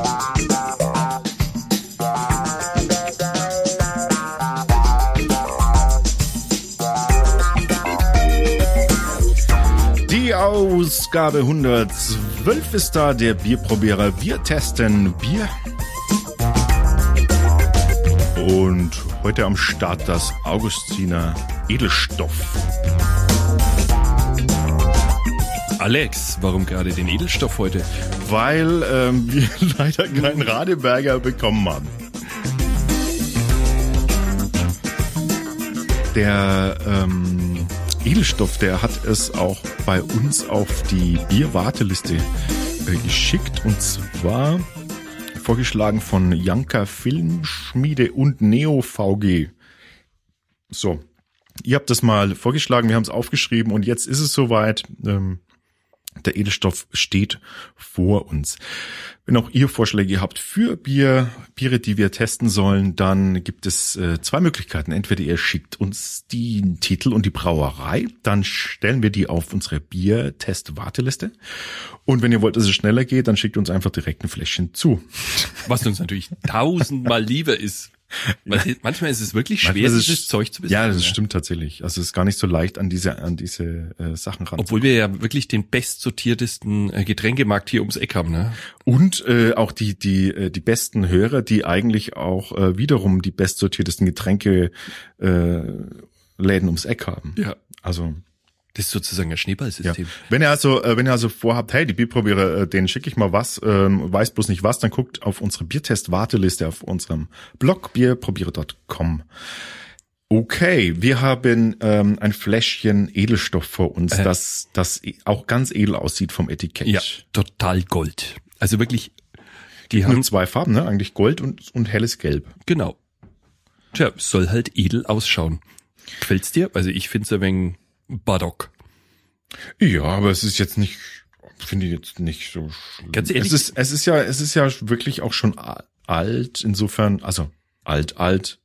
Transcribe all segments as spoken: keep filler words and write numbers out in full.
Ausgabe hundertzwölf ist da, der Bierprobierer. Wir testen Bier. Und heute am Start das Augustiner Edelstoff. Alex, warum gerade den Edelstoff heute? Weil ähm, wir leider keinen Radeberger bekommen haben. Der ähm, Edelstoff, der hat es auch bei uns auf die Bierwarteliste äh, geschickt. Und zwar vorgeschlagen von Janka Filmschmiede und Neo V G. So, ihr habt das mal vorgeschlagen, wir haben es aufgeschrieben und jetzt ist es soweit. Ähm, der Edelstoff steht vor uns. Wenn auch ihr Vorschläge habt für Bier, Biere, die wir testen sollen, dann gibt es äh, zwei Möglichkeiten. Entweder ihr schickt uns die Titel und die Brauerei, dann stellen wir die auf unsere Biertest-Warteliste. Und wenn ihr wollt, dass es schneller geht, dann schickt uns einfach direkt ein Fläschchen zu. Was uns natürlich tausendmal lieber ist. Weil manchmal ist es wirklich schwer, es dieses Zeug zu bestellen. Ja, das stimmt tatsächlich. Also es ist gar nicht so leicht, an diese an diese äh, Sachen ran. Obwohl wir ja wirklich den bestsortiertesten äh, Getränkemarkt hier ums Eck haben, ne? Und äh, auch die die äh, die besten Hörer, die eigentlich auch äh, wiederum die bestsortiertesten Getränke äh, Läden ums Eck haben. Ja. Also das ist sozusagen ein Schneeballsystem. Ja. Wenn ihr also, äh, wenn ihr also vorhabt, hey, die Bierprobierer, äh, denen schicke ich mal was, ähm, weiß bloß nicht was, dann guckt auf unsere Biertest-Warteliste auf unserem Blog bierprobierer punkt com. Okay, wir haben ähm, ein Fläschchen Edelstoff vor uns, äh. das das auch ganz edel aussieht vom Etikett. Ja, total Gold. Also wirklich, die Nur haben zwei Farben, ne? Eigentlich Gold und und helles Gelb. Genau. Tja, soll halt edel ausschauen. Gefällt's dir? Also ich find's ein wenig Badock. Ja, aber es ist jetzt nicht, finde ich jetzt nicht so schlimm. Ganz ehrlich? Es ist, es ist ja, es ist ja wirklich auch schon alt, insofern, also alt, alt,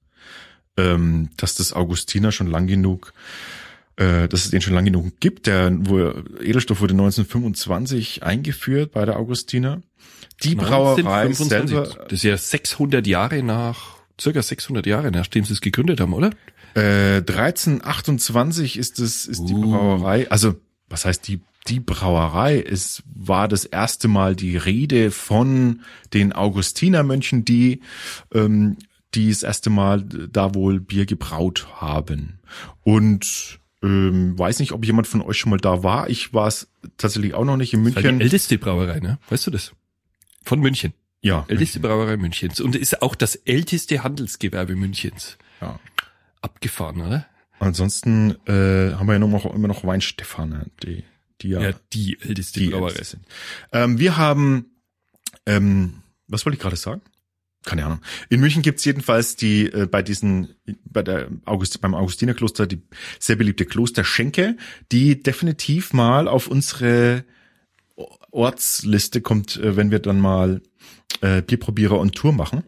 ähm, dass das Augustiner schon lang genug, äh, dass es den schon lang genug gibt. Der wo, Edelstoff wurde neunzehnhundertfünfundzwanzig eingeführt bei der Augustiner. Die Brauerei selber. Das ist ja sechshundert Jahre nach, circa sechshundert Jahre nachdem sie es gegründet haben, oder? Äh, dreizehnhundertachtundzwanzig ist es, ist die Uh. Brauerei. Also, was heißt die, die Brauerei? Es war das erste Mal die Rede von den Augustinermönchen, die, ähm, die das erste Mal da wohl Bier gebraut haben. Und, ähm, weiß nicht, ob jemand von euch schon mal da war. Ich war es tatsächlich auch noch nicht in München. Das war die älteste Brauerei, ne? Weißt du das? Von München. Ja. Älteste München. Brauerei Münchens. Und ist auch das älteste Handelsgewerbe Münchens. Ja. Abgefahren, oder? Ansonsten äh, haben wir ja noch, immer noch Weinstefane, die, die ja, ja die älteste die Brauerei älteste sind. Ähm, wir haben, ähm, was wollte ich gerade sagen? Keine Ahnung. In München gibt's jedenfalls die äh, bei diesen bei der August beim Augustinerkloster die sehr beliebte Klosterschenke, die definitiv mal auf unsere Ortsliste kommt, äh, wenn wir dann mal äh, Bierprobierer on Tour machen.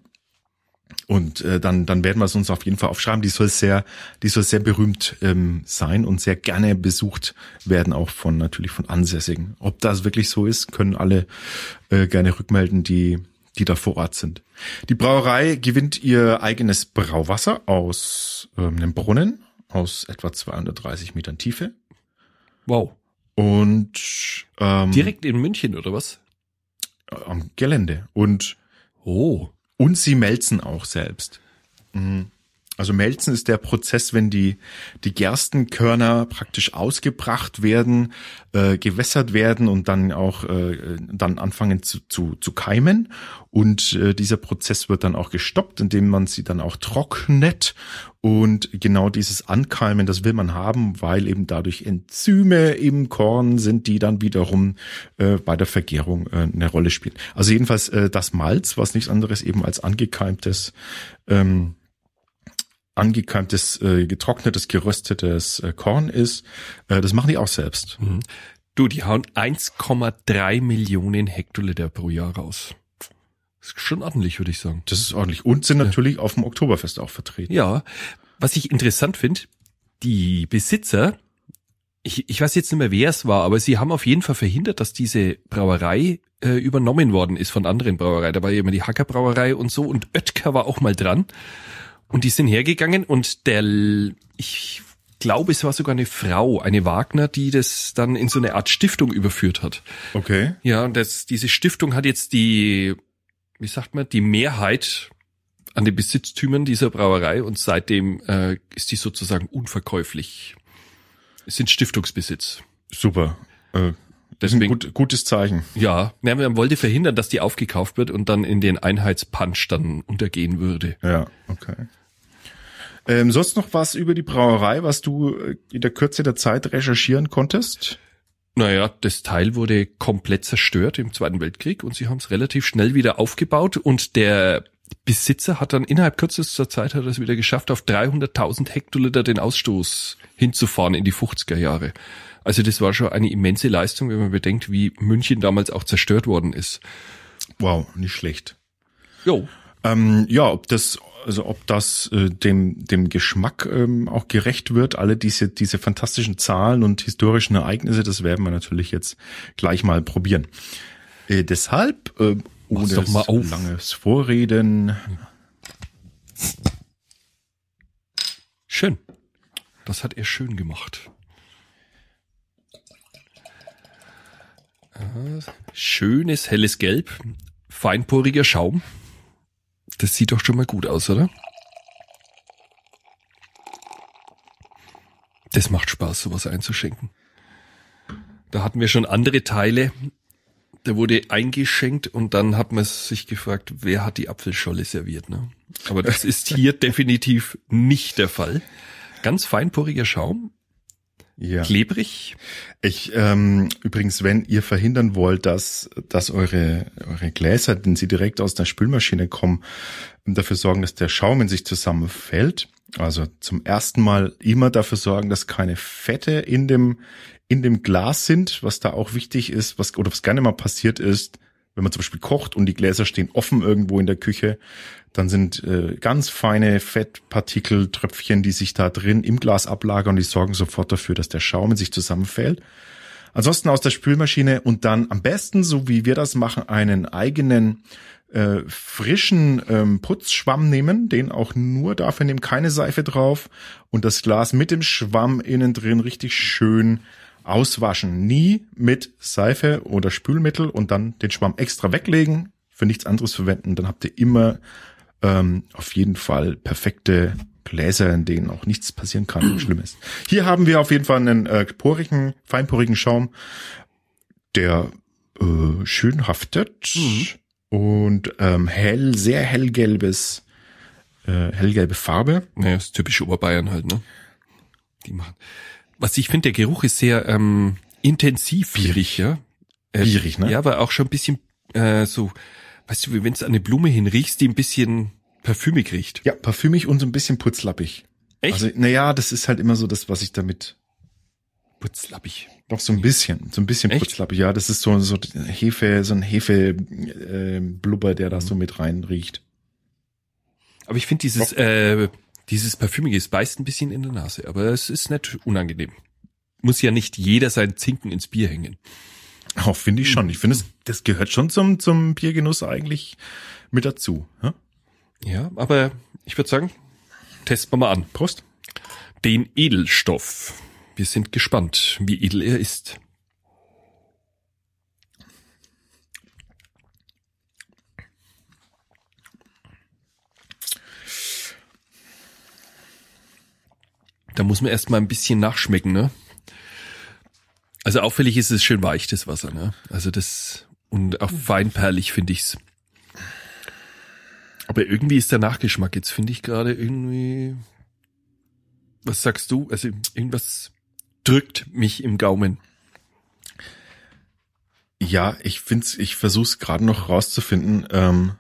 Und äh, dann dann werden wir es uns auf jeden Fall aufschreiben. Die soll sehr, die soll sehr berühmt ähm, sein und sehr gerne besucht werden, auch von natürlich von Ansässigen. Ob das wirklich so ist, können alle äh, gerne rückmelden, die die da vor Ort sind. Die Brauerei gewinnt ihr eigenes Brauwasser aus ähm, einem Brunnen aus etwa zweihundertdreißig Metern Tiefe. Wow. Und ähm, direkt in München oder was? Am Gelände. Und oh. Und sie melzen auch selbst. Also melzen ist der Prozess, wenn die die Gerstenkörner praktisch ausgebracht werden, äh, gewässert werden und dann auch äh, dann anfangen zu, zu, zu keimen. Und äh, dieser Prozess wird dann auch gestoppt, indem man sie dann auch trocknet. Und genau dieses Ankeimen, das will man haben, weil eben dadurch Enzyme im Korn sind, die dann wiederum äh, bei der Vergärung äh, eine Rolle spielen. Also jedenfalls äh, das Malz, was nichts anderes eben als angekeimtes ähm, angekeimtes, äh, getrocknetes, geröstetes äh, Korn ist, äh, das machen die auch selbst. Mhm. Du, die hauen eins Komma drei Millionen Hektoliter pro Jahr raus. Das ist schon ordentlich, würde ich sagen. Das ist ordentlich. Und sind natürlich ja. auf dem Oktoberfest auch vertreten. Ja, was ich interessant finde, die Besitzer ich, ich weiß jetzt nicht mehr, wer es war, aber sie haben auf jeden Fall verhindert, dass diese Brauerei äh, übernommen worden ist von anderen Brauereien. Da war ja immer die Hacker Brauerei und so und Oetker war auch mal dran. Und die sind hergegangen und der, ich glaube, es war sogar eine Frau, eine Wagner, die das dann in so eine Art Stiftung überführt hat. Okay. Ja, und das, diese Stiftung hat jetzt die, wie sagt man, die Mehrheit an den Besitztümern dieser Brauerei und seitdem äh, ist die sozusagen unverkäuflich. Es sind Stiftungsbesitz. Super. Äh, das ist ein gut, gutes Zeichen. Ja, man wollte verhindern, dass die aufgekauft wird und dann in den Einheitspunch dann untergehen würde. Ja, okay. Ähm, sonst noch was über die Brauerei, was du in der Kürze der Zeit recherchieren konntest? Naja, das Teil wurde komplett zerstört im Zweiten Weltkrieg und sie haben es relativ schnell wieder aufgebaut und der Besitzer hat dann innerhalb kürzester Zeit hat er es wieder geschafft, auf dreihunderttausend Hektoliter den Ausstoß hinzufahren in die fünfziger Jahre. Also das war schon eine immense Leistung, wenn man bedenkt, wie München damals auch zerstört worden ist. Wow, nicht schlecht. Jo. Ähm, ja, ob das, also ob das äh, dem dem Geschmack ähm, auch gerecht wird, alle diese diese fantastischen Zahlen und historischen Ereignisse, das werden wir natürlich jetzt gleich mal probieren. Äh, deshalb äh, ohne doch mal auf. langes Vorreden. Schön. Das hat er schön gemacht. Schönes, helles Gelb, feinporiger Schaum. Das sieht doch schon mal gut aus, oder? Das macht Spaß, sowas einzuschenken. Da hatten wir schon andere Teile. Da wurde eingeschenkt und dann hat man sich gefragt, wer hat die Apfelscholle serviert, ne? Aber das ist hier definitiv nicht der Fall. Ganz feinporiger Schaum. Ja. Klebrig. Ich ähm, übrigens, wenn ihr verhindern wollt, dass dass eure eure Gläser, wenn sie direkt aus der Spülmaschine kommen, dafür sorgen, dass der Schaum in sich zusammenfällt. Also zum ersten Mal immer dafür sorgen, dass keine Fette in dem in dem Glas sind, was da auch wichtig ist, was oder was gerne mal passiert ist, wenn man zum Beispiel kocht und die Gläser stehen offen irgendwo in der Küche, dann sind äh, ganz feine Fettpartikel, Tröpfchen, die sich da drin im Glas ablagern und die sorgen sofort dafür, dass der Schaum in sich zusammenfällt. Ansonsten aus der Spülmaschine und dann am besten, so wie wir das machen, einen eigenen äh, frischen ähm, Putzschwamm nehmen, den auch nur dafür nehmen, keine Seife drauf und das Glas mit dem Schwamm innen drin richtig schön auswaschen. Nie mit Seife oder Spülmittel und dann den Schwamm extra weglegen, für nichts anderes verwenden. Dann habt ihr immer ähm, auf jeden Fall perfekte Gläser, in denen auch nichts passieren kann, was schlimm ist. Hier haben wir auf jeden Fall einen äh, porigen, feinporigen Schaum, der äh, schön haftet mhm. und ähm, hell, sehr hellgelbes, äh, hellgelbe Farbe. Naja, ist typisch Oberbayern halt, ne? Die machen. Was ich finde, der Geruch ist sehr ähm, intensiv. Bierig, ja. Äh, Bierig, ne? Ja, aber auch schon ein bisschen äh, so, weißt du, wie wenn es an eine Blume hinriechst, die ein bisschen parfümig riecht. Ja, parfümig und so ein bisschen putzlappig. Echt? Also, naja, das ist halt immer so das, was ich damit... Putzlappig. Doch, so ein bisschen, so ein bisschen Echt? putzlappig. Ja, das ist so, so Hefe, so ein Hefe-Blubber, äh, der da so mit rein riecht. Aber ich finde dieses, äh, dieses Parfümige, es beißt ein bisschen in der Nase, aber es ist nicht unangenehm. Muss ja nicht jeder seinen Zinken ins Bier hängen. Auch finde ich schon. Ich finde, das gehört schon zum, zum Biergenuss eigentlich mit dazu. Ja, ja, aber ich würde sagen, testen wir mal an. Prost. Den Edelstoff. Wir sind gespannt, wie edel er ist. Da muss man erstmal ein bisschen nachschmecken, ne? Also auffällig ist es schön weich, das Wasser, ne? Also das, und auch feinperlig finde ich's. Aber irgendwie ist der Nachgeschmack jetzt, finde ich gerade irgendwie, was sagst du? Also irgendwas drückt mich im Gaumen. Ja, ich find's, ich versuch's gerade noch rauszufinden. Ähm,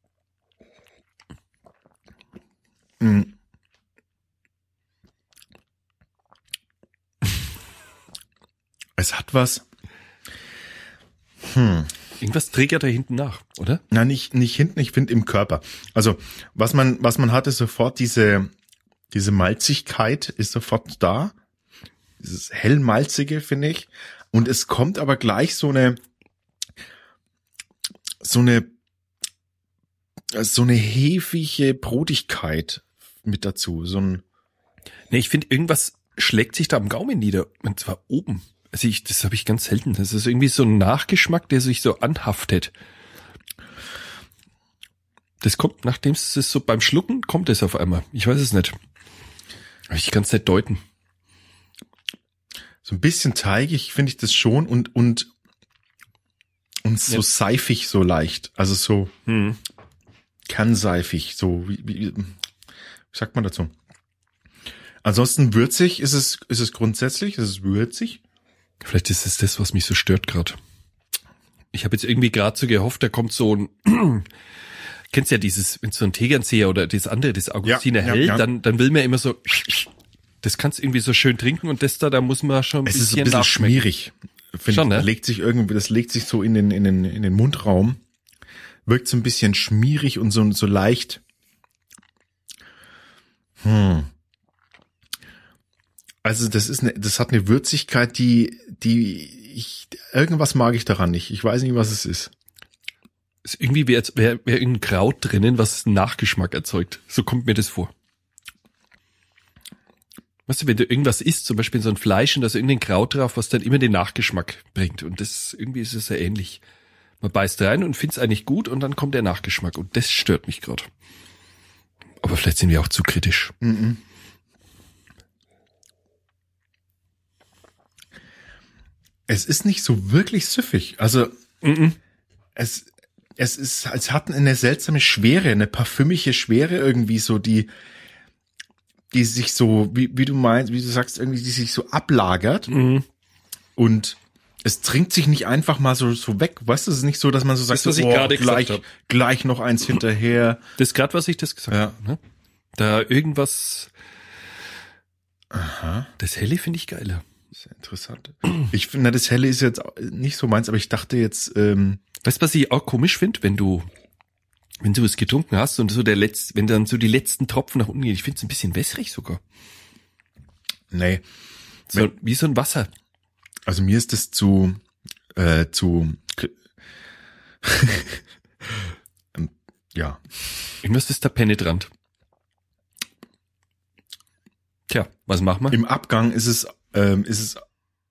mh. Es hat was. Hm. Irgendwas triggert da hinten nach, oder? Na, nicht, nicht hinten, ich finde im Körper. Also, was man, was man hat, ist sofort diese, diese Malzigkeit ist sofort da. dieses hellmalzige, finde ich. Und es kommt aber gleich so eine, so eine, so eine hefige Brotigkeit mit dazu. So ein, Nee, ich finde, irgendwas schlägt sich da am Gaumen nieder. Und zwar oben. Also ich, das habe ich ganz selten. Das ist irgendwie so ein Nachgeschmack, der sich so anhaftet. Das kommt, nachdem es so beim Schlucken, kommt es auf einmal. Ich weiß es nicht. Aber ich kann es nicht deuten. so ein bisschen teigig finde ich das schon und, und, und so Ja. seifig so leicht. Also so Hm. kernseifig, so, wie, wie, wie sagt man dazu? Ansonsten würzig ist es, ist es grundsätzlich, ist es würzig. Vielleicht ist es das, was mich so stört gerade. Ich habe jetzt irgendwie gerade so gehofft, da kommt so ein, kennst ja dieses, wenn so ein Tegernseher oder das andere, das Augustiner Ja, ja, Hell, ja. dann dann will man immer so, das kannst du irgendwie so schön trinken und das da, da muss man schon ein Es bisschen, ist ein bisschen nachschmecken. schmierig. Find, Schon, ne? legt sich irgendwie, das legt sich so in den, in den, in den Mundraum. Wirkt so ein bisschen schmierig und so, so leicht. Hm. Also das ist eine, das hat eine Würzigkeit, die, die ich, irgendwas mag ich daran nicht. Ich weiß nicht, was es ist. Ist irgendwie wäre wär, wär irgendein Kraut drinnen, was einen Nachgeschmack erzeugt. So kommt mir das vor. Weißt du, wenn du irgendwas isst, zum Beispiel so ein Fleisch und da ist irgendein Kraut drauf, was dann immer den Nachgeschmack bringt. Und das, irgendwie ist es ja ähnlich. Man beißt rein und findet es eigentlich gut und dann kommt der Nachgeschmack. Und das stört mich gerade. Aber vielleicht sind wir auch zu kritisch. Mhm. Es ist nicht so wirklich süffig. Also Mhm. es, es ist, es hat eine seltsame Schwere, eine parfümige Schwere irgendwie so, die, die sich so, wie, wie du meinst, wie du sagst, irgendwie, die sich so ablagert Mhm. und es trinkt sich nicht einfach mal so, so weg. Weißt du, es ist nicht so, dass man so sagt, Das, was ich so, gerade gesagt gleich, hab. gleich noch eins hinterher. Das ist gerade, was ich das gesagt Ja. habe. Ne? Da irgendwas, Aha. das Helle finde ich geiler. Sehr interessant. Ich finde, das Helle ist jetzt nicht so meins, aber ich dachte jetzt, ähm, Weißt du, was ich auch komisch finde, wenn du, wenn du es getrunken hast und so der letzte, wenn dann so die letzten Tropfen nach unten gehen, ich finde es ein bisschen wässrig sogar. nee. So, wie so ein Wasser. Also mir ist das zu, äh, zu, ähm, ja. Irgendwas ist da penetrant. Tja, was machen wir? Im Abgang ist es, ähm, ist es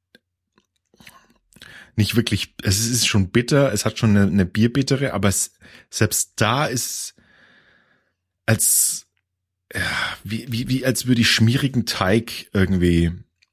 nicht wirklich, es ist schon bitter, es hat schon eine, eine Bierbittere, aber es, selbst da ist als, ja, wie, wie, wie als würde ich schmierigen Teig irgendwie,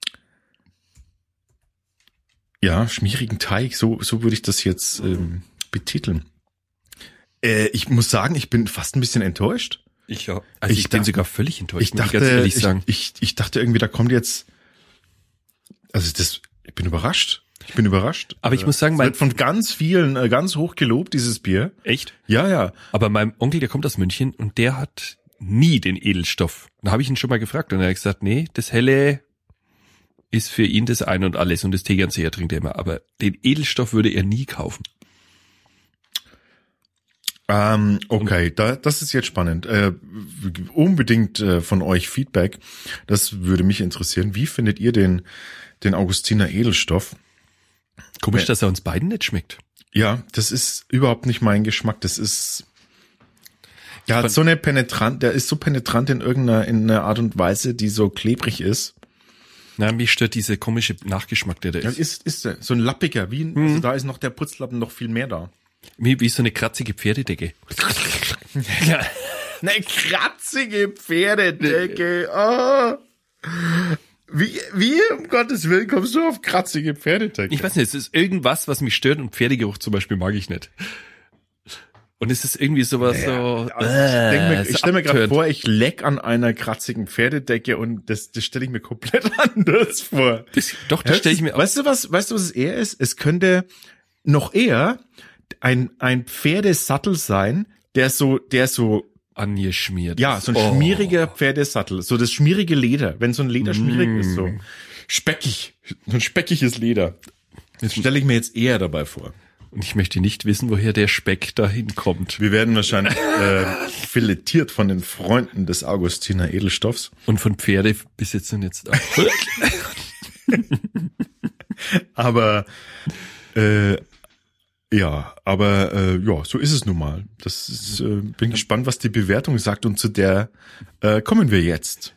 ja, schmierigen Teig, so, so würde ich das jetzt ähm, betiteln. Äh, ich muss sagen, ich bin fast ein bisschen enttäuscht. Ich, ja. Also ich, Ich bin dachte- sogar völlig enttäuscht, Ich muss dachte, ich ganz ehrlich ich, sagen. ich, ich dachte irgendwie, da kommt jetzt, also das, ich bin überrascht. Ich bin überrascht. Aber ich muss sagen, es mein- wird von ganz vielen äh, ganz hoch gelobt, dieses Bier. Echt? Ja, ja. Aber mein Onkel, der kommt aus München und der hat nie den Edelstoff. Da habe ich ihn schon mal gefragt und er hat gesagt, nee, das Helle ist für ihn das Ein und Alles und das Tegernseher trinkt er immer. Aber den Edelstoff würde er nie kaufen. Ähm, okay, da, das ist jetzt spannend. Äh, unbedingt äh, von euch Feedback. Das würde mich interessieren. Wie findet ihr den, den Augustiner Edelstoff? Komisch, Nee. dass er uns beiden nicht schmeckt. Ja, das ist überhaupt nicht mein Geschmack. Das ist, der hat fand- so eine penetrant, der ist so penetrant in irgendeiner, in einer Art und Weise, die so klebrig ist. Na, mich stört dieser komische Nachgeschmack, der da Ja, ist. ist, ist der. So ein lappiger, wie, ein- Mhm. also da ist noch der Putzlappen noch viel mehr da. Wie, wie so eine kratzige Pferdedecke. Ja. Eine kratzige Pferdedecke. Oh. Wie, wie um Gottes Willen kommst du auf kratzige Pferdedecke? Ich weiß nicht, es ist irgendwas, was mich stört und Pferdegeruch zum Beispiel mag ich nicht. Und es ist irgendwie sowas so, Also ich denk mir, so ich stelle mir gerade abtörend. vor, ich leck an einer kratzigen Pferdedecke und das, das stelle ich mir komplett anders vor. Das, doch, das stelle ich mir auch. Weißt du was, weißt du was es eher ist? Es könnte noch eher ein, ein Pferdesattel sein, der so, der so, Angeschmiert. ja, so ein Oh. schmieriger Pferdesattel, so das schmierige Leder, wenn so ein Leder schmierig Mm. ist, so speckig, so ein speckiges Leder. Das stelle ich mir jetzt eher dabei vor. Und ich möchte nicht wissen, woher der Speck dahin kommt. Wir werden wahrscheinlich äh, filetiert von den Freunden des Augustiner Edelstoffs. Und von Pferdebesitzern jetzt auch. aber äh, ja, aber äh, ja, so ist es nun mal. Das ist, äh, bin gespannt, was die Bewertung sagt und zu der äh, kommen wir jetzt.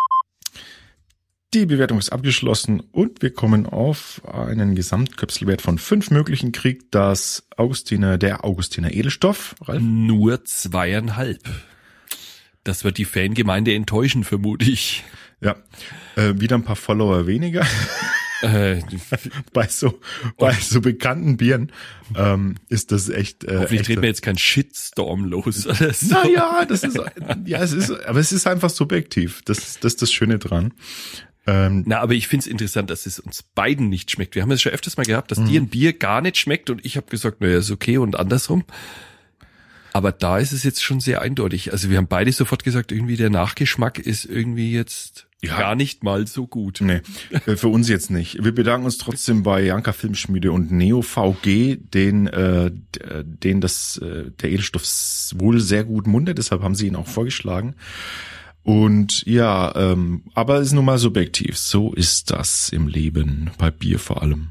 Die Bewertung ist abgeschlossen und wir kommen auf einen Gesamtköpselwert von fünf möglichen. Kriegt das Augustiner, der Augustiner Edelstoff, Ralf? Nur zweieinhalb. Das wird die Fangemeinde enttäuschen, vermute ich. Ja, äh, wieder ein paar Follower weniger. Äh, bei so bei so bekannten Bieren ähm, ist das echt. Äh, hoffentlich echt, treten wir jetzt keinen Shitstorm los. Oder so. Naja, das ist ja, es ist, aber es ist einfach subjektiv. Das, das ist das Schöne dran. Ähm, Na, aber ich find's interessant, dass es uns beiden nicht schmeckt. Wir haben es schon öfters mal gehabt, dass dir ein Bier gar nicht schmeckt und ich habe gesagt, naja, ist okay und andersrum. Aber da ist es jetzt schon sehr eindeutig. Also wir haben beide sofort gesagt, irgendwie der Nachgeschmack ist irgendwie jetzt ja gar nicht mal so gut. Nee, für uns jetzt nicht. Wir bedanken uns trotzdem bei Janka Filmschmiede und Neo V G, den, äh, den das, äh, der Edelstoff wohl sehr gut mundet. Deshalb haben sie ihn auch vorgeschlagen. Und ja, ähm, aber es ist nun mal subjektiv. So ist das im Leben, bei Bier vor allem.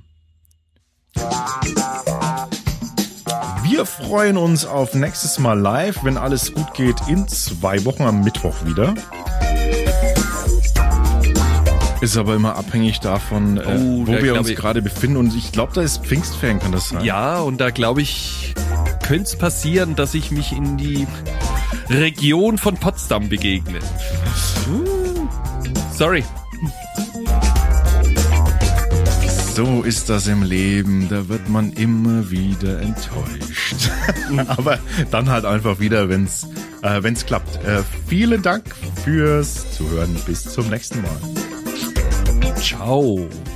Wir freuen uns auf nächstes Mal live, wenn alles gut geht, in zwei Wochen am Mittwoch wieder. Ist aber immer abhängig davon, äh, Oh, wo da wir glaub uns ich- gerade befinden. Und ich glaube, da ist Pfingstferien, kann das sein? Ja, und da glaube ich, könnte es passieren, dass ich mich in die Region von Potsdam begegne. Uh, sorry. So ist das im Leben, da wird man immer wieder enttäuscht. Aber dann halt einfach wieder, wenn's äh, wenn's klappt. Äh, vielen Dank fürs Zuhören, bis zum nächsten Mal. Ciao.